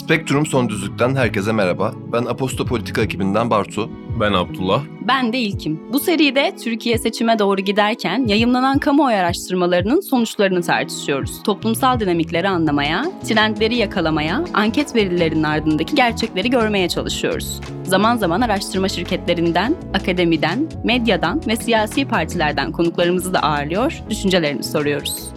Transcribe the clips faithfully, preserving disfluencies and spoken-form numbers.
Spektrum Son Düzlük'ten herkese merhaba. Ben Aposto Politika ekibinden Bartu. Ben Abdullah. Ben de İlkim. Bu seride Türkiye seçime doğru giderken yayımlanan kamuoyu araştırmalarının sonuçlarını tartışıyoruz. Toplumsal dinamikleri anlamaya, trendleri yakalamaya, anket verilerinin ardındaki gerçekleri görmeye çalışıyoruz. Zaman zaman araştırma şirketlerinden, akademiden, medyadan ve siyasi partilerden konuklarımızı da ağırlıyor, düşüncelerini soruyoruz.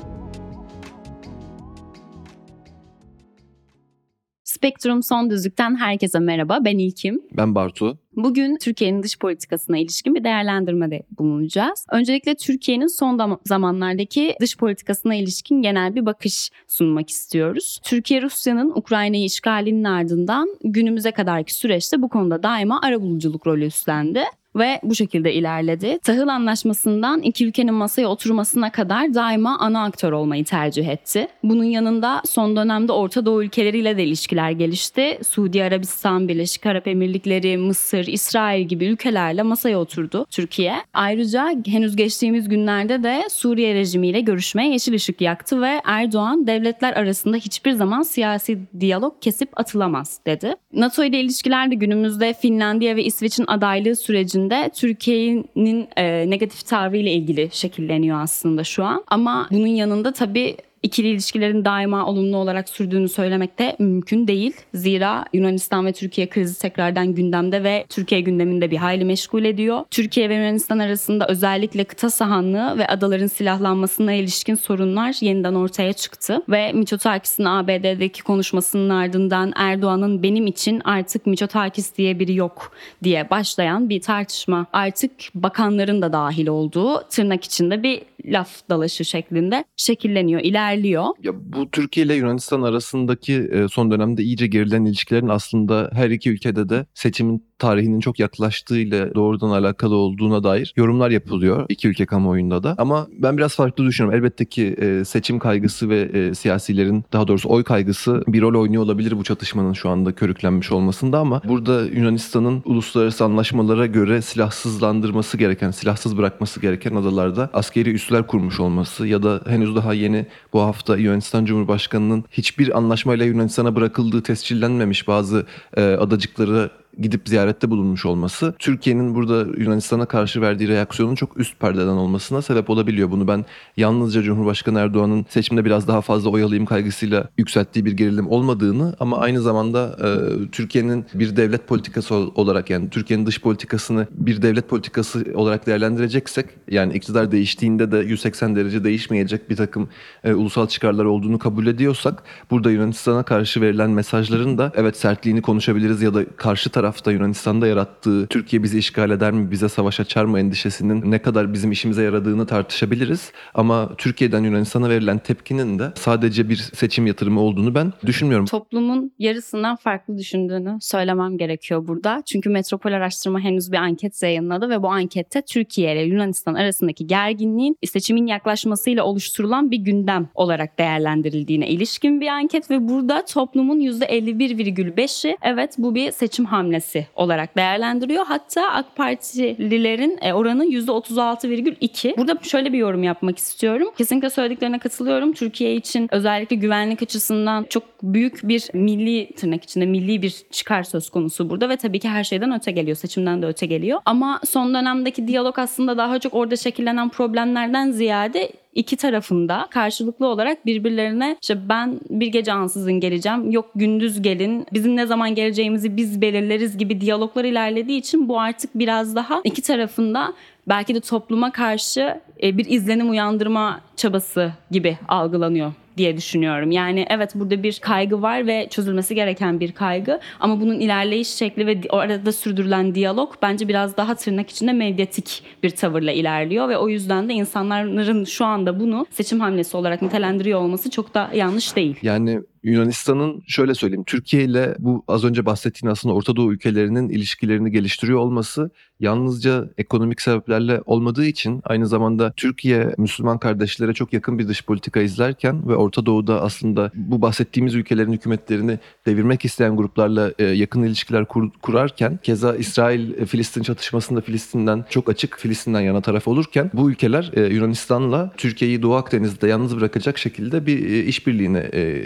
Spektrum Son Düzlük'ten herkese merhaba, ben İlkim. Ben Bartu. Bugün Türkiye'nin dış politikasına ilişkin bir değerlendirmede bulunacağız. Öncelikle Türkiye'nin son zamanlardaki dış politikasına ilişkin genel bir bakış sunmak istiyoruz. Türkiye, Rusya'nın Ukrayna'yı işgalinin ardından günümüze kadarki süreçte bu konuda daima arabuluculuk rolü üstlendi. Ve bu şekilde ilerledi. Tahıl Anlaşması'ndan iki ülkenin masaya oturmasına kadar daima ana aktör olmayı tercih etti. Bunun yanında son dönemde Orta Doğu ülkeleriyle de ilişkiler gelişti. Suudi Arabistan, Birleşik Arap Emirlikleri, Mısır, İsrail gibi ülkelerle masaya oturdu Türkiye. Ayrıca henüz geçtiğimiz günlerde de Suriye rejimiyle görüşmeye yeşil ışık yaktı ve Erdoğan devletler arasında hiçbir zaman siyasi diyalog kesip atılamaz dedi. NATO ile ilişkiler de günümüzde Finlandiya ve İsveç'in adaylığı sürecinde Türkiye'nin e, negatif tavrıyla ilgili şekilleniyor aslında şu an. Ama bunun yanında tabii İkili ilişkilerin daima olumlu olarak sürdüğünü söylemek de mümkün değil. Zira Yunanistan ve Türkiye krizi tekrardan gündemde ve Türkiye gündeminde bir hayli meşgul ediyor. Türkiye ve Yunanistan arasında özellikle kıta sahanlığı ve adaların silahlanmasına ilişkin sorunlar yeniden ortaya çıktı. Ve Mitsotakis'in A B D'deki konuşmasının ardından Erdoğan'ın benim için artık Mitsotakis diye biri yok diye başlayan bir tartışma. Artık bakanların da dahil olduğu tırnak içinde bir laf dalaşı şeklinde şekilleniyor, ilerliyor. Ya bu Türkiye ile Yunanistan arasındaki son dönemde iyice gerilen ilişkilerin aslında her iki ülkede de seçimin tarihinin çok yaklaştığıyla doğrudan alakalı olduğuna dair yorumlar yapılıyor iki ülke kamuoyunda da. Ama ben biraz farklı düşünüyorum. Elbette ki seçim kaygısı ve siyasilerin, daha doğrusu oy kaygısı bir rol oynuyor olabilir bu çatışmanın şu anda körüklenmiş olmasında, ama burada Yunanistan'ın uluslararası anlaşmalara göre silahsızlandırması gereken, silahsız bırakması gereken adalarda askeri üsler kurmuş olması ya da henüz daha yeni bu hafta Yunanistan Cumhurbaşkanı'nın hiçbir anlaşmayla Yunanistan'a bırakıldığı tescillenmemiş bazı e, adacıkları gidip ziyarette bulunmuş olması, Türkiye'nin burada Yunanistan'a karşı verdiği reaksiyonun çok üst perdeden olmasına sebep olabiliyor. Bunu ben yalnızca Cumhurbaşkanı Erdoğan'ın seçimde biraz daha fazla oy alayım kaygısıyla yükselttiği bir gerilim olmadığını, ama aynı zamanda e, Türkiye'nin bir devlet politikası olarak, yani Türkiye'nin dış politikasını bir devlet politikası olarak değerlendireceksek, yani iktidar değiştiğinde de yüz seksen derece değişmeyecek bir takım e, ulusal çıkarlar olduğunu kabul ediyorsak, burada Yunanistan'a karşı verilen mesajların da evet sertliğini konuşabiliriz ya da karşı tarafta Yunanistan'da yarattığı Türkiye bizi işgal eder mi, bize savaş açar mı endişesinin ne kadar bizim işimize yaradığını tartışabiliriz. Ama Türkiye'den Yunanistan'a verilen tepkinin de sadece bir seçim yatırımı olduğunu ben düşünmüyorum. Toplumun yarısından farklı düşündüğünü söylemem gerekiyor burada. Çünkü Metropol Araştırma henüz bir anket yayınladı ve bu ankette Türkiye ile Yunanistan arasındaki gerginliğin seçimin yaklaşmasıyla oluşturulan bir gündem olarak değerlendirildiğine ilişkin bir anket ve burada toplumun yüzde elli bir virgül beşi evet bu bir seçim hamlesi olarak değerlendiriyor. Hatta AK Partililerin oranı yüzde otuz altı virgül iki. Burada şöyle bir yorum yapmak istiyorum. Kesinlikle söylediklerine katılıyorum. Türkiye için özellikle güvenlik açısından çok büyük bir milli, tırnak içinde milli bir çıkar söz konusu burada ve tabii ki her şeyden öte geliyor. Seçimden de öte geliyor. Ama son dönemdeki diyalog aslında daha çok orada şekillenen problemlerden ziyade İki tarafında karşılıklı olarak birbirlerine işte ben bir gece ansızın geleceğim, yok gündüz gelin, bizim ne zaman geleceğimizi biz belirleriz gibi diyaloglar ilerlediği için bu artık biraz daha iki tarafında belki de topluma karşı bir izlenim uyandırma çabası gibi algılanıyor diye düşünüyorum. Yani evet burada bir kaygı var ve çözülmesi gereken bir kaygı, ama bunun ilerleyiş şekli ve arada sürdürülen diyalog bence biraz daha tırnak içinde medyatik bir tavırla ilerliyor ve o yüzden de insanların şu anda bunu seçim hamlesi olarak nitelendiriyor olması çok da yanlış değil. Yani Yunanistan'ın şöyle söyleyeyim, Türkiye ile bu az önce bahsettiğim aslında Orta Doğu ülkelerinin ilişkilerini geliştiriyor olması yalnızca ekonomik sebeplerle olmadığı için aynı zamanda Türkiye Müslüman kardeşlere çok yakın bir dış politika izlerken ve Orta Doğu'da aslında bu bahsettiğimiz ülkelerin hükümetlerini devirmek isteyen gruplarla yakın ilişkiler kur, kurarken, keza İsrail-Filistin çatışmasında Filistin'den çok açık Filistin'den yana taraf olurken bu ülkeler Yunanistan'la Türkiye'yi Doğu Akdeniz'de yalnız bırakacak şekilde bir işbirliğine gittiler.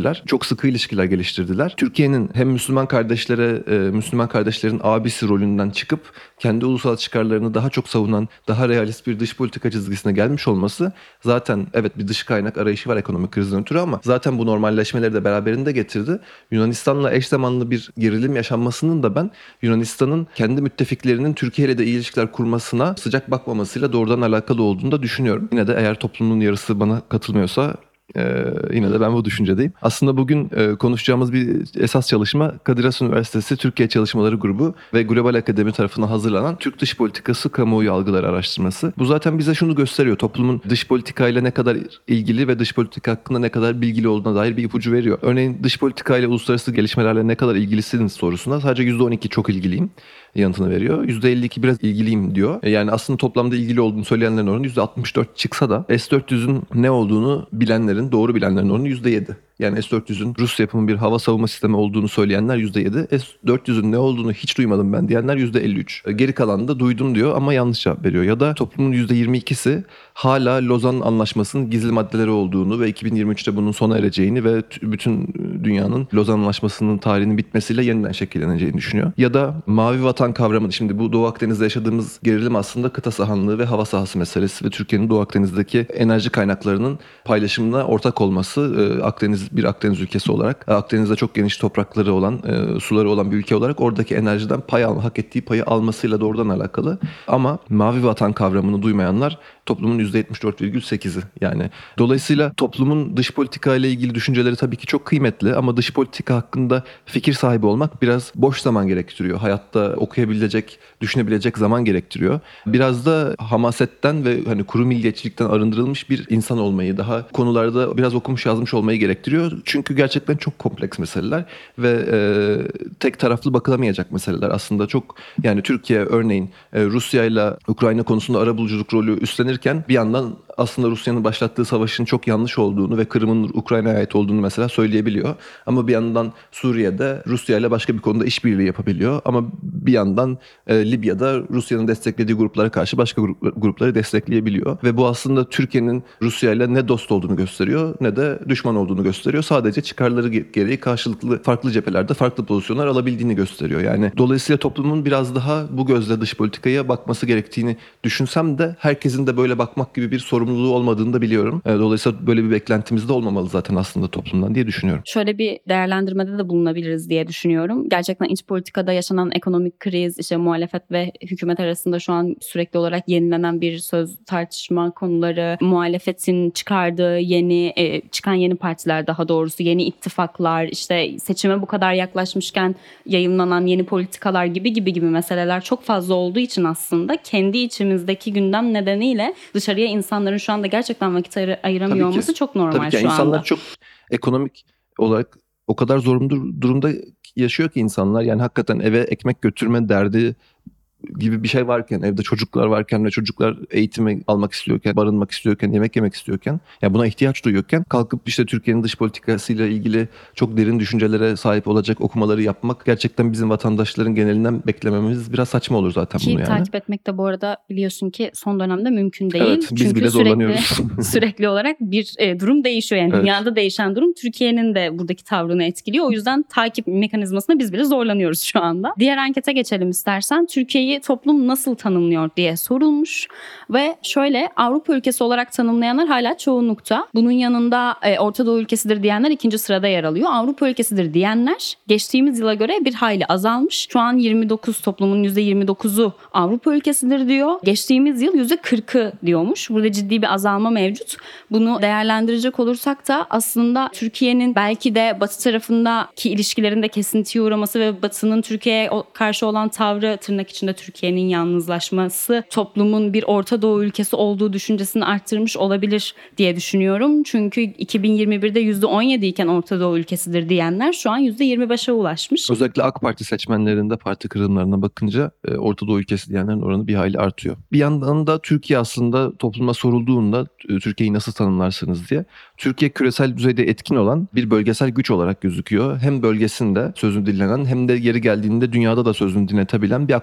geliştirdiler. Çok sıkı ilişkiler geliştirdiler. Türkiye'nin hem Müslüman kardeşlere, e, Müslüman kardeşlerin abisi rolünden çıkıp kendi ulusal çıkarlarını daha çok savunan, daha realist bir dış politika çizgisine gelmiş olması zaten evet bir dış kaynak arayışı var ekonomik krizden ötürü ama zaten bu normalleşmeleri de beraberinde getirdi. Yunanistan'la eş zamanlı bir gerilim yaşanmasının da ben Yunanistan'ın kendi müttefiklerinin Türkiye ile de iyi ilişkiler kurmasına sıcak bakmamasıyla doğrudan alakalı olduğunu da düşünüyorum. Yine de eğer toplumun yarısı bana katılmıyorsa Ee, yine de ben bu düşüncedeyim. Aslında bugün e, konuşacağımız bir esas çalışma Kadir Has Üniversitesi Türkiye Çalışmaları Grubu ve Global Akademi tarafından hazırlanan Türk Dış Politikası Kamuoyu Algıları Araştırması. Bu zaten bize şunu gösteriyor. Toplumun dış politikayla ne kadar ilgili ve dış politika hakkında ne kadar bilgili olduğuna dair bir ipucu veriyor. Örneğin dış politikayla uluslararası gelişmelerle ne kadar ilgilisiniz sorusuna sadece yüzde on iki çok ilgiliyim yanıtını veriyor. yüzde elli iki biraz ilgiliyim diyor. Yani aslında toplamda ilgili olduğunu söyleyenlerin oranı yüzde altmış dört çıksa da S dört yüzün ne olduğunu bilenlerin, doğru bilenlerin oranı yüzde yedi. Yani S dört yüzün Rus yapımı bir hava savunma sistemi olduğunu söyleyenler yüzde yedi. S dört yüzün ne olduğunu hiç duymadım ben diyenler yüzde elli üç. Geri kalan da duydum diyor ama yanlış cevap veriyor. Ya da toplumun yüzde yirmi ikisi hala Lozan Anlaşması'nın gizli maddeleri olduğunu ve iki bin yirmi üçte bunun sona ereceğini ve bütün dünyanın Lozan Anlaşması'nın tarihinin bitmesiyle yeniden şekilleneceğini düşünüyor. Ya da Mavi Vatan kavramı, şimdi bu Doğu Akdeniz'de yaşadığımız gerilim aslında kıta sahanlığı ve hava sahası meselesi ve Türkiye'nin Doğu Akdeniz'deki enerji kaynaklarının paylaşımına ortak olması. Akdeniz bir Akdeniz ülkesi olarak, Akdeniz'de çok geniş toprakları olan, e, suları olan bir ülke olarak oradaki enerjiden pay alma, hak ettiği payı almasıyla doğrudan alakalı. Ama Mavi Vatan kavramını duymayanlar toplumun yüzde yetmiş dört virgül sekizi. Yani dolayısıyla toplumun dış politika ile ilgili düşünceleri tabii ki çok kıymetli ama dış politika hakkında fikir sahibi olmak biraz boş zaman gerektiriyor. Hayatta okuyabilecek, düşünebilecek zaman gerektiriyor. Biraz da hamasetten ve hani kuru milliyetçilikten arındırılmış bir insan olmayı, daha konularda biraz okumuş yazmış olmayı gerektiriyor. Çünkü gerçekten çok kompleks meseleler ve e, tek taraflı bakılamayacak meseleler. Aslında çok, yani Türkiye örneğin e, Rusya ile Ukrayna konusunda arabuluculuk rolü üstlenirken bir yandan aslında Rusya'nın başlattığı savaşın çok yanlış olduğunu ve Kırım'ın Ukrayna'ya ait olduğunu mesela söyleyebiliyor. Ama bir yandan Suriye'de Rusya ile başka bir konuda işbirliği yapabiliyor. Ama bir yandan e, Libya'da Rusya'nın desteklediği gruplara karşı başka grup, grupları destekleyebiliyor. Ve bu aslında Türkiye'nin Rusya ile ne dost olduğunu gösteriyor ne de düşman olduğunu gösteriyor. Sadece çıkarları gereği karşılıklı farklı cephelerde farklı pozisyonlar alabildiğini gösteriyor. Yani dolayısıyla toplumun biraz daha bu gözle dış politikaya bakması gerektiğini düşünsem de herkesin de böyle bakmak gibi bir sorumluluğu olmadığını da biliyorum. Dolayısıyla böyle bir beklentimiz de olmamalı zaten aslında toplumdan diye düşünüyorum. Şöyle bir değerlendirmede de bulunabiliriz diye düşünüyorum. Gerçekten iç politikada yaşanan ekonomik kriz, işte muhalefet ve hükümet arasında şu an sürekli olarak yenilenen bir söz tartışma konuları, muhalefetin çıkardığı yeni, e, çıkan yeni partiler, daha doğrusu yeni ittifaklar, işte seçime bu kadar yaklaşmışken yayımlanan yeni politikalar gibi gibi gibi meseleler çok fazla olduğu için aslında kendi içimizdeki gündem nedeniyle dışarıya insanların şu anda gerçekten vakit ayır- ayıramıyor Tabii ki. olması çok normal Tabii ki. şu Yani anda. insanlar çok ekonomik olarak o kadar zorunlu dur- durumda yaşıyor ki insanlar, yani hakikaten eve ekmek götürme derdi gibi bir şey varken, evde çocuklar varken ve çocuklar eğitimi almak istiyorken, barınmak istiyorken, yemek yemek istiyorken, yani buna ihtiyaç duyuyorken kalkıp işte Türkiye'nin dış politikasıyla ilgili çok derin düşüncelere sahip olacak okumaları yapmak gerçekten bizim vatandaşların genelinden beklememiz biraz saçma olur zaten Ki bunu yani. takip etmek de bu arada biliyorsun ki son dönemde mümkün değil. Evet, biz Çünkü bile sürekli, zorlanıyoruz. sürekli olarak bir e, durum değişiyor. Yani Evet. dünyada değişen durum Türkiye'nin de buradaki tavrını etkiliyor. O yüzden takip mekanizmasında biz bile zorlanıyoruz şu anda. Diğer ankete geçelim istersen. Türkiye'yi toplum nasıl tanımlıyor diye sorulmuş ve şöyle, Avrupa ülkesi olarak tanımlayanlar hala çoğunlukta. Bunun yanında e, Orta Doğu ülkesidir diyenler ikinci sırada yer alıyor. Avrupa ülkesidir diyenler geçtiğimiz yıla göre bir hayli azalmış. Şu an yirmi dokuz, toplumun yüzde yirmi dokuzu Avrupa ülkesidir diyor. Geçtiğimiz yıl yüzde kırkı diyormuş. Burada ciddi bir azalma mevcut. Bunu değerlendirecek olursak da aslında Türkiye'nin belki de Batı tarafındaki ilişkilerinde kesintiye uğraması ve Batı'nın Türkiye'ye karşı olan tavrı, tırnak içinde Türkiye'nin yalnızlaşması, toplumun bir Orta Doğu ülkesi olduğu düşüncesini arttırmış olabilir diye düşünüyorum. Çünkü iki bin yirmi birde yüzde on yedi iken Orta Doğu ülkesidir diyenler şu an yüzde yirmi beşe ulaşmış. Özellikle AK Parti seçmenlerinde parti kırılımlarına bakınca e, Orta Doğu ülkesi diyenlerin oranı bir hayli artıyor. Bir yandan da Türkiye aslında topluma sorulduğunda e, Türkiye'yi nasıl tanımlarsınız diye, Türkiye küresel düzeyde etkin olan bir bölgesel güç olarak gözüküyor. Hem bölgesinde sözünü dinlenen hem de yeri geldiğinde dünyada da sözünü dinletebilen bir aktör olduğu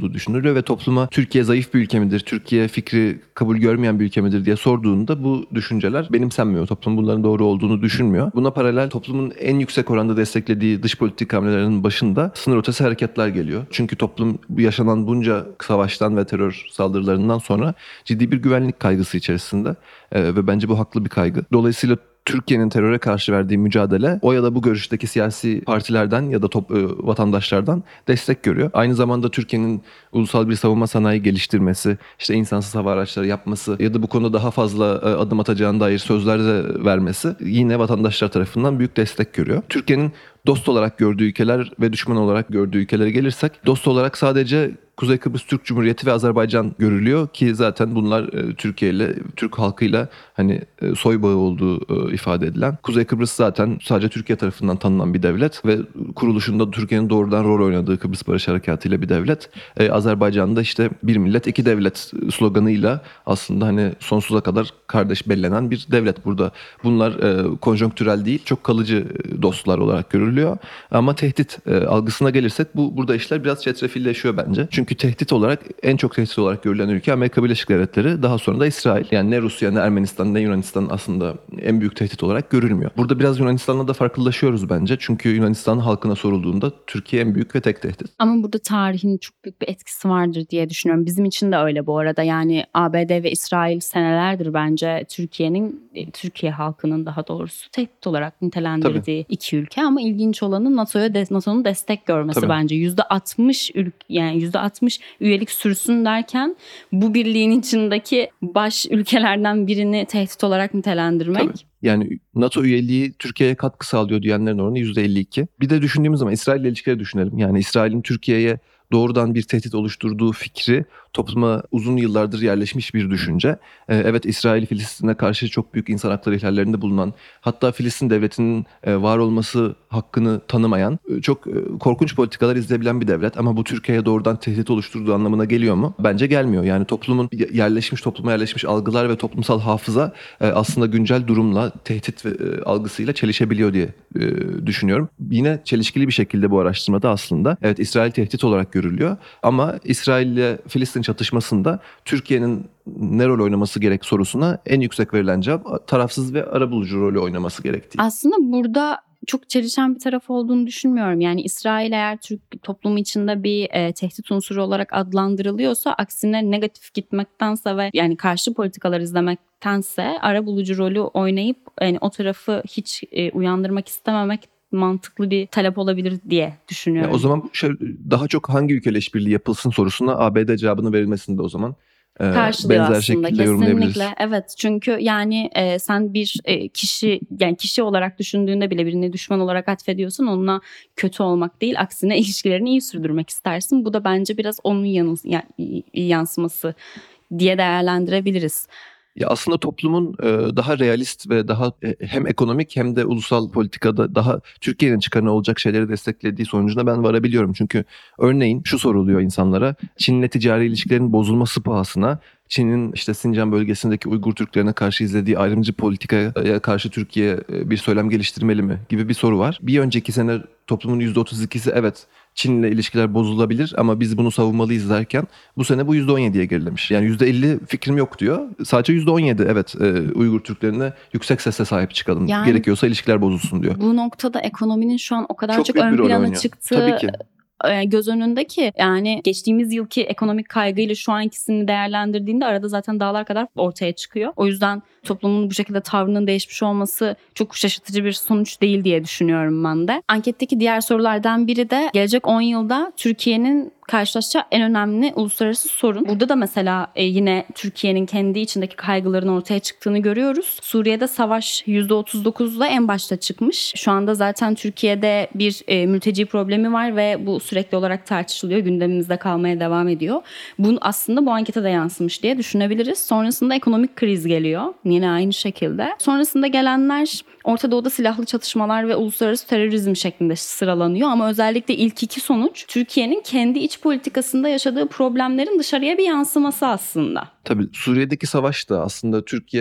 olduğu düşünülüyor ve topluma Türkiye zayıf bir ülke midir, Türkiye fikri kabul görmeyen bir ülke midir diye sorduğunda bu düşünceler benimsenmiyor. Toplum bunların doğru olduğunu düşünmüyor. Buna paralel toplumun en yüksek oranda desteklediği dış politik hamlelerinin başında sınır ötesi hareketler geliyor. Çünkü toplum bu yaşanan bunca savaştan ve terör saldırılarından sonra ciddi bir güvenlik kaygısı içerisinde ee, ve bence bu haklı bir kaygı. Dolayısıyla Türkiye'nin teröre karşı verdiği mücadele o ya da bu görüşteki siyasi partilerden ya da top, e, vatandaşlardan destek görüyor. Aynı zamanda Türkiye'nin ulusal bir savunma sanayi geliştirmesi, işte insansız hava araçları yapması ya da bu konuda daha fazla e, adım atacağına dair sözler de vermesi yine vatandaşlar tarafından büyük destek görüyor. Türkiye'nin dost olarak gördüğü ülkeler ve düşman olarak gördüğü ülkelere gelirsek, dost olarak sadece Kuzey Kıbrıs Türk Cumhuriyeti ve Azerbaycan görülüyor ki zaten bunlar e, Türkiye ile, Türk halkıyla hani e, soy bağı olduğu e, ifade edilen. Kuzey Kıbrıs zaten sadece Türkiye tarafından tanınan bir devlet ve kuruluşunda Türkiye'nin doğrudan rol oynadığı Kıbrıs Barış Harekatı ile bir devlet. E, Azerbaycan'da işte bir millet iki devlet sloganıyla aslında hani sonsuza kadar kardeş bellenen bir devlet burada. Bunlar e, konjonktürel değil, çok kalıcı dostlar olarak görülüyor. Ama tehdit e, algısına gelirsek bu burada işler biraz çetrefilleşiyor bence. Çünkü tehdit olarak en çok tehdit olarak görülen ülke Amerika Birleşik Devletleri, daha sonra da İsrail. Yani ne Rusya ne Ermenistan ne Yunanistan aslında en büyük tehdit olarak görülmüyor. Burada biraz Yunanistan'la da farklılaşıyoruz bence. Çünkü Yunanistan halkına sorulduğunda Türkiye en büyük ve tek tehdit. Ama burada tarihin çok büyük bir etkisi vardır diye düşünüyorum. Bizim için de öyle bu arada. Yani A B D ve İsrail senelerdir bence Türkiye'nin, Türkiye halkının daha doğrusu tehdit olarak nitelendirdiği Tabii. iki ülke. Ama ilginç olanı NATO'ya de, NATO'nun destek görmesi Tabii. bence. yüzde altmış ülke, yani yüzde altmış üyelik sürsün derken bu birliğin içindeki baş ülkelerden birini tehdit olarak nitelendirmek. Tabii. Yani NATO üyeliği Türkiye'ye katkı sağlıyor diyenlerin oranı yüzde elli iki. Bir de düşündüğümüz zaman İsrail ile ilişkileri düşünelim. Yani İsrail'in Türkiye'ye doğrudan bir tehdit oluşturduğu fikri topluma uzun yıllardır yerleşmiş bir düşünce. Ee, evet İsrail Filistin'e karşı çok büyük insan hakları ihlallerinde bulunan, hatta Filistin devletinin e, var olması hakkını tanımayan, e, çok e, korkunç politikalar izleyebilen bir devlet. Ama bu Türkiye'ye doğrudan tehdit oluşturduğu anlamına geliyor mu? Bence gelmiyor. Yani toplumun yerleşmiş, topluma yerleşmiş algılar ve toplumsal hafıza e, aslında güncel durumla, tehdit ve, e, algısıyla çelişebiliyor diye e, düşünüyorum. Yine çelişkili bir şekilde bu araştırmada aslında evet İsrail tehdit olarak görülüyor ama İsrail ile Filistin çatışmasında Türkiye'nin ne rol oynaması gerek sorusuna en yüksek verilen cevap tarafsız ve arabulucu rolü oynaması gerektiği. Aslında burada çok çelişen bir taraf olduğunu düşünmüyorum. Yani İsrail eğer Türk toplumu içinde bir e, tehdit unsuru olarak adlandırılıyorsa aksine negatif gitmektense ve yani karşı politikalar izlemektense arabulucu rolü oynayıp yani o tarafı hiç e, uyandırmak istememek mantıklı bir talep olabilir diye düşünüyorum. Ya o zaman şöyle, daha çok hangi ülkeyle işbirliği yapılsın sorusuna A B D cevabını verilmesini de o zaman e, karşılıyor benzer aslında şekilde yorumlayabiliriz. Kesinlikle. Evet çünkü yani e, sen bir e, kişi yani kişi olarak düşündüğünde bile birini düşman olarak atfediyorsun, onunla kötü olmak değil aksine ilişkilerini iyi sürdürmek istersin. Bu da bence biraz onun yanı, yani, yansıması diye değerlendirebiliriz. Ya aslında toplumun daha realist ve daha hem ekonomik hem de ulusal politikada daha Türkiye'nin çıkarına olacak şeyleri desteklediği sonucuna ben varabiliyorum. Çünkü örneğin şu soruluyor insanlara: Çin'le ticari ilişkilerin bozulması pahasına Çin'in işte Sincan bölgesindeki Uygur Türklerine karşı izlediği ayrımcı politikaya karşı Türkiye bir söylem geliştirmeli mi gibi bir soru var. Bir önceki sene toplumun yüzde otuz ikisi evet Çin'le ilişkiler bozulabilir ama biz bunu savunmalıyız derken bu sene bu yüzde on yediye gerilemiş. Yani yüzde elli fikrim yok diyor. Sadece yüzde on yedi evet e, Uygur Türklerine yüksek sesle sahip çıkalım. Yani, gerekiyorsa ilişkiler bozulsun diyor. Bu noktada ekonominin şu an o kadar çok, çok ön plana çıktığı Tabii ki. göz önünde ki yani geçtiğimiz yılki ekonomik kaygıyla şu an ikisini değerlendirdiğinde arada zaten dağlar kadar ortaya çıkıyor. O yüzden toplumun bu şekilde tavrının değişmiş olması çok şaşırtıcı bir sonuç değil diye düşünüyorum ben de. Anketteki diğer sorulardan biri de gelecek on yılda Türkiye'nin karşılaşacağı en önemli uluslararası sorun. Burada da mesela e, yine Türkiye'nin kendi içindeki kaygıların ortaya çıktığını görüyoruz. Suriye'de savaş yüzde otuz dokuzla en başta çıkmış. Şu anda zaten Türkiye'de bir e, mülteci problemi var ve bu sürekli olarak tartışılıyor. Gündemimizde kalmaya devam ediyor. Bu aslında bu ankete de yansımış diye düşünebiliriz. Sonrasında ekonomik kriz geliyor. Yine aynı şekilde. Sonrasında gelenler Orta Doğu'da silahlı çatışmalar ve uluslararası terörizm şeklinde sıralanıyor. Ama özellikle ilk iki sonuç Türkiye'nin kendi iç politikasında yaşadığı problemlerin dışarıya bir yansıması aslında. Tabii Suriye'deki savaş da aslında Türkiye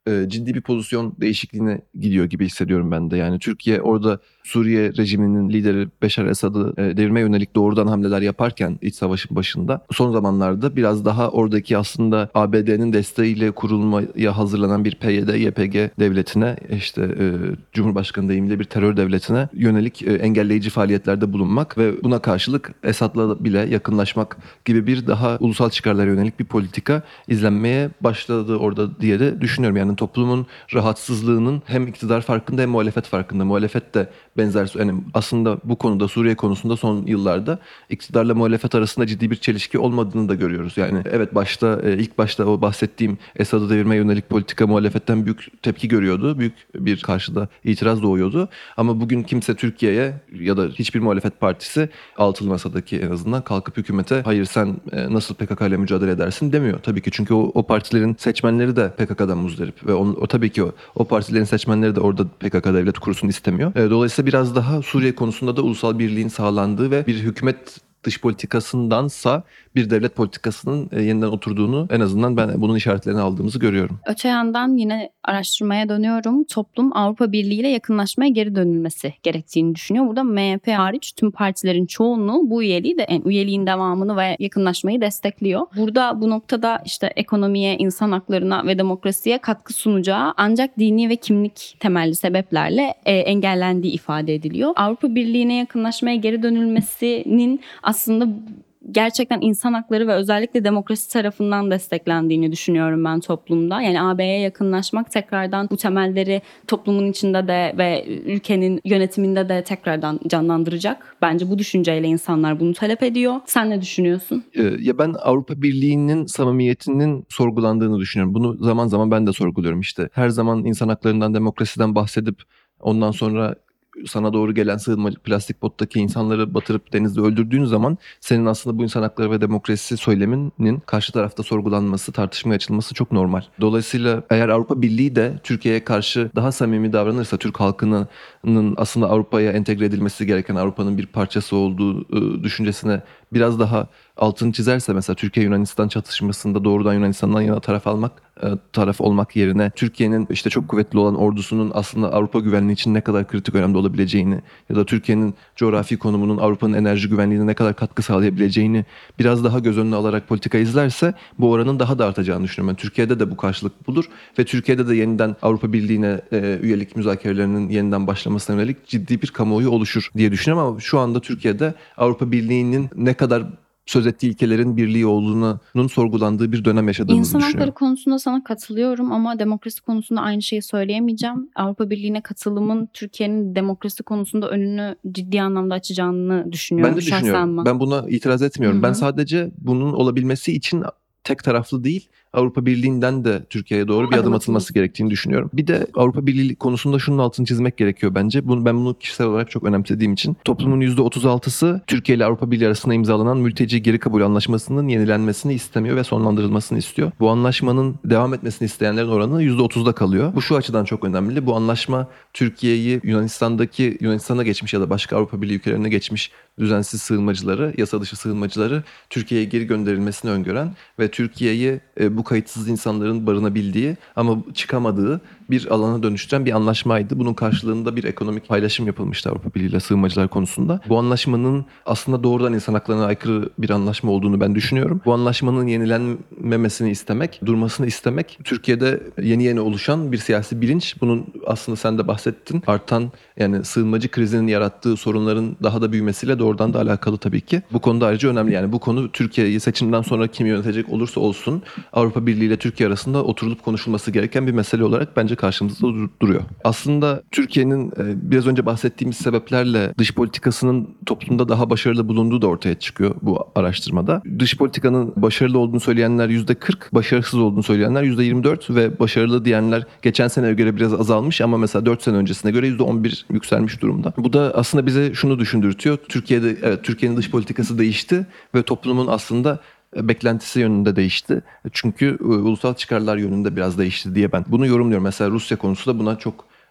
e, ciddi bir pozisyon değişikliğine gidiyor gibi hissediyorum ben de. Yani Türkiye orada Suriye rejiminin lideri Beşar Esad'ı e, devirme yönelik doğrudan hamleler yaparken iç savaşın başında son zamanlarda biraz daha oradaki aslında A B D'nin desteğiyle kurulmaya hazırlanan bir P Y D Y P G devletine, işte e, Cumhurbaşkanı deyimiyle bir terör devletine yönelik e, engelleyici faaliyetlerde bulunmak ve buna karşılık Esad'la bile yakınlaşmak gibi bir daha ulusal çıkarlara yönelik bir politika izlenmeye başladı orada diye de düşünüyorum. Yani toplumun rahatsızlığının hem iktidar farkında hem muhalefet farkında. Muhalefet de benzer, yani aslında bu konuda, Suriye konusunda son yıllarda iktidarla muhalefet arasında ciddi bir çelişki olmadığını da görüyoruz. Yani evet, başta ilk başta o bahsettiğim Esad'ı devirmeye yönelik politika muhalefetten büyük tepki görüyordu. Büyük bir karşıda itiraz doğuyordu. Ama bugün kimse Türkiye'ye ya da hiçbir muhalefet partisi, altılı masadaki en azından, kalkıp hükümete hayır sen nasıl P K K ile mücadele edersin demiyor. Tabii ki, çünkü o, o partilerin seçmenleri de P K K'dan muzdarip ve on, o tabii ki o, o partilerin seçmenleri de orada P K K devlet kursun istemiyor. E, dolayısıyla biraz daha Suriye konusunda da ulusal birliğin sağlandığı ve bir hükümet dış politikasındansa bir devlet politikasının e, yeniden oturduğunu, en azından ben bunun işaretlerini aldığımızı görüyorum. Öte yandan yine araştırmaya dönüyorum. Toplum Avrupa Birliği ile yakınlaşmaya geri dönülmesi gerektiğini düşünüyor. Burada M H P hariç tüm partilerin çoğunluğu bu üyeliği de, yani üyeliğin devamını ve yakınlaşmayı destekliyor. Burada bu noktada işte ekonomiye, insan haklarına ve demokrasiye katkı sunacağı ancak dini ve kimlik temelli sebeplerle e, engellendiği ifade ediliyor. Avrupa Birliği'ne yakınlaşmaya geri dönülmesinin aslında gerçekten insan hakları ve özellikle demokrasi tarafından desteklendiğini düşünüyorum ben toplumda. Yani A B'ye yakınlaşmak tekrardan bu temelleri toplumun içinde de ve ülkenin yönetiminde de tekrardan canlandıracak. Bence bu düşünceyle insanlar bunu talep ediyor. Sen ne düşünüyorsun? Ee, ya ben Avrupa Birliği'nin samimiyetinin sorgulandığını düşünüyorum. Bunu zaman zaman ben de sorguluyorum işte. Her zaman insan haklarından, demokrasiden bahsedip ondan sonra sana doğru gelen sığınmacı plastik bottaki insanları batırıp denizde öldürdüğün zaman senin aslında bu insan hakları ve demokrasi söyleminin karşı tarafta sorgulanması, tartışmaya açılması çok normal. Dolayısıyla eğer Avrupa Birliği de Türkiye'ye karşı daha samimi davranırsa, Türk halkının aslında Avrupa'ya entegre edilmesi gereken, Avrupa'nın bir parçası olduğu düşüncesine biraz daha altını çizerse, mesela Türkiye-Yunanistan çatışmasında doğrudan Yunanistan'dan yana taraf almak taraf olmak yerine Türkiye'nin işte çok kuvvetli olan ordusunun aslında Avrupa güvenliği için ne kadar kritik önemli olabileceğini ya da Türkiye'nin coğrafi konumunun Avrupa'nın enerji güvenliğine ne kadar katkı sağlayabileceğini biraz daha göz önüne alarak politika izlerse bu oranın daha da artacağını düşünüyorum. Yani Türkiye'de de bu karşılık bulur ve Türkiye'de de yeniden Avrupa Birliği'ne e, üyelik müzakerelerinin yeniden başlamasına yönelik ciddi bir kamuoyu oluşur diye düşünüyorum. Ama şu anda Türkiye'de Avrupa Birliği'nin ne kadar söz ettiği ilkelerin birliği olduğunun sorgulandığı bir dönem yaşadığımızı İnsan düşünüyorum. hakları konusunda sana katılıyorum ama demokrasi konusunda aynı şeyi söyleyemeyeceğim. Avrupa Birliği'ne katılımın Türkiye'nin demokrasi konusunda önünü ciddi anlamda açacağını düşünüyorum. Ben de Şahsen düşünüyorum. ben. Ben buna itiraz etmiyorum. Hı-hı. Ben sadece bunun olabilmesi için tek taraflı değil, Avrupa Birliği'nden de Türkiye'ye doğru bir adım, Adım atılması atılması. gerektiğini düşünüyorum. Bir de Avrupa Birliği konusunda şunun altını çizmek gerekiyor bence. Bunu, ben bunu kişisel olarak çok önemsediğim için. Toplumun yüzde otuz altısı Türkiye ile Avrupa Birliği arasında imzalanan mülteci geri kabul anlaşmasının yenilenmesini istemiyor ve sonlandırılmasını istiyor. Bu anlaşmanın devam etmesini isteyenlerin oranı yüzde otuzda kalıyor. Bu şu açıdan çok önemli. Bu anlaşma Türkiye'yi Yunanistan'daki Yunanistan'a geçmiş ya da başka Avrupa Birliği ülkelerine geçmiş düzensiz sığınmacıları, yasa dışı sığınmacıları Türkiye'ye geri gönderilmesini öngören ve Türkiye'yi e, bu kayıtsız insanların barınabildiği ama çıkamadığı bir alana dönüştüren bir anlaşmaydı. Bunun karşılığında bir ekonomik paylaşım yapılmıştı Avrupa Birliği ile sığınmacılar konusunda. Bu anlaşmanın aslında doğrudan insan haklarına aykırı bir anlaşma olduğunu ben düşünüyorum. Bu anlaşmanın yenilenmemesini istemek, durmasını istemek, Türkiye'de yeni yeni oluşan bir siyasi bilinç. Bunun aslında sen de bahsettin. Artan, yani sığınmacı krizinin yarattığı sorunların daha da büyümesiyle doğrudan da alakalı tabii ki. Bu konuda ayrıca önemli. Yani bu konu Türkiye'yi seçimden sonra kim yönetecek olursa olsun Avrupa Birliği ile Türkiye arasında oturulup konuşulması gereken bir mesele olarak bence karşımızda duruyor. Aslında Türkiye'nin biraz önce bahsettiğimiz sebeplerle dış politikasının toplumda daha başarılı bulunduğu da ortaya çıkıyor bu araştırmada. Dış politikanın başarılı olduğunu söyleyenler yüzde kırk, başarısız olduğunu söyleyenler yüzde yirmi dört ve başarılı diyenler geçen seneye göre biraz azalmış ama mesela dört sene öncesine göre yüzde on bir yükselmiş durumda. Bu da aslında bize şunu düşündürtüyor. Türkiye'de evet, Türkiye'nin dış politikası değişti ve toplumun aslında beklentisi yönünde değişti. Çünkü ulusal çıkarlar yönünde biraz değişti diye ben bunu yorumluyorum. Mesela Rusya konusu da buna çok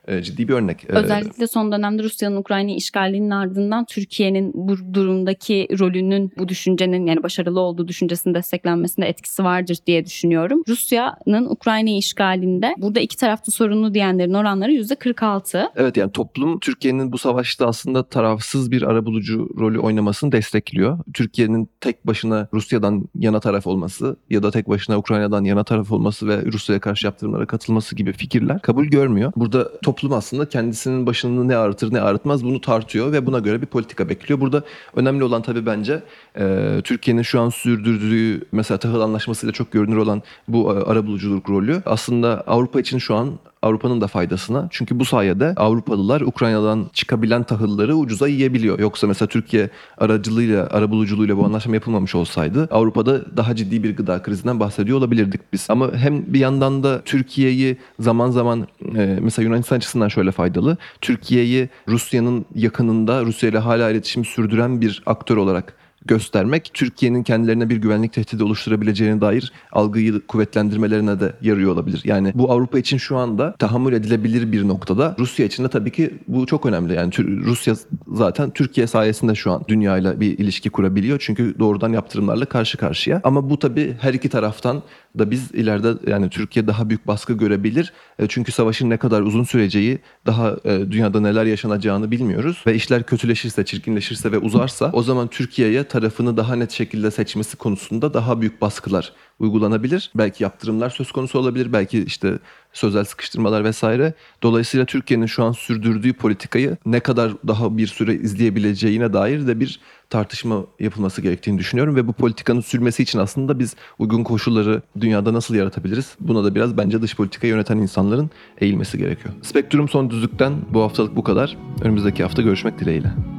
e, ciddi bir örnek. E, Özellikle son dönemde Rusya'nın Ukrayna'yı işgalinin ardından Türkiye'nin bu durumdaki rolünün, bu düşüncenin yani başarılı olduğu düşüncesinin desteklenmesinde etkisi vardır diye düşünüyorum. Rusya'nın Ukrayna'yı işgalinde burada iki taraflı sorunlu diyenlerin oranları yüzde kırk altı. Evet, yani toplum Türkiye'nin bu savaşta aslında tarafsız bir arabulucu rolü oynamasını destekliyor. Türkiye'nin tek başına Rusya'dan yana taraf olması ya da tek başına Ukrayna'dan yana taraf olması ve Rusya'ya karşı yaptırımlara katılması gibi fikirler kabul görmüyor. Burada toplum aslında kendisinin başını ne ağrıtır ne ağrıtmaz bunu tartıyor ve buna göre bir politika bekliyor. Burada önemli olan tabii bence e, Türkiye'nin şu an sürdürdüğü mesela tahıl anlaşmasıyla çok görünür olan bu e, arabuluculuk rolü aslında Avrupa için şu an Avrupa'nın da faydasına. Çünkü bu sayede Avrupalılar Ukrayna'dan çıkabilen tahılları ucuza yiyebiliyor. Yoksa mesela Türkiye aracılığıyla, arabuluculuğuyla bu anlaşma yapılmamış olsaydı Avrupa'da daha ciddi bir gıda krizinden bahsediyor olabilirdik biz. Ama hem bir yandan da Türkiye'yi zaman zaman e, mesela Yunanistan açısından şöyle faydalı. Türkiye'yi Rusya'nın yakınında, Rusya ile hala iletişim sürdüren bir aktör olarak göstermek Türkiye'nin kendilerine bir güvenlik tehdidi oluşturabileceğine dair algıyı kuvvetlendirmelerine de yarıyor olabilir. Yani bu Avrupa için şu anda tahammül edilebilir bir noktada. Rusya için de tabii ki bu çok önemli. Yani Rusya zaten Türkiye sayesinde şu an dünyayla bir ilişki kurabiliyor. Çünkü doğrudan yaptırımlarla karşı karşıya. Ama bu tabii her iki taraftan da biz ileride yani Türkiye daha büyük baskı görebilir. Çünkü savaşın ne kadar uzun süreceği, daha dünyada neler yaşanacağını bilmiyoruz. Ve işler kötüleşirse, çirkinleşirse ve uzarsa o zaman Türkiye'ye tarafını daha net şekilde seçmesi konusunda daha büyük baskılar uygulanabilir. Belki yaptırımlar söz konusu olabilir. Belki işte sözel sıkıştırmalar vesaire. Dolayısıyla Türkiye'nin şu an sürdürdüğü politikayı ne kadar daha bir süre izleyebileceğine dair de bir tartışma yapılması gerektiğini düşünüyorum ve bu politikanın sürmesi için aslında biz uygun koşulları dünyada nasıl yaratabiliriz? Buna da biraz bence dış politikayı yöneten insanların eğilmesi gerekiyor. Spektrum Son Düzlük'ten bu haftalık bu kadar. Önümüzdeki hafta görüşmek dileğiyle.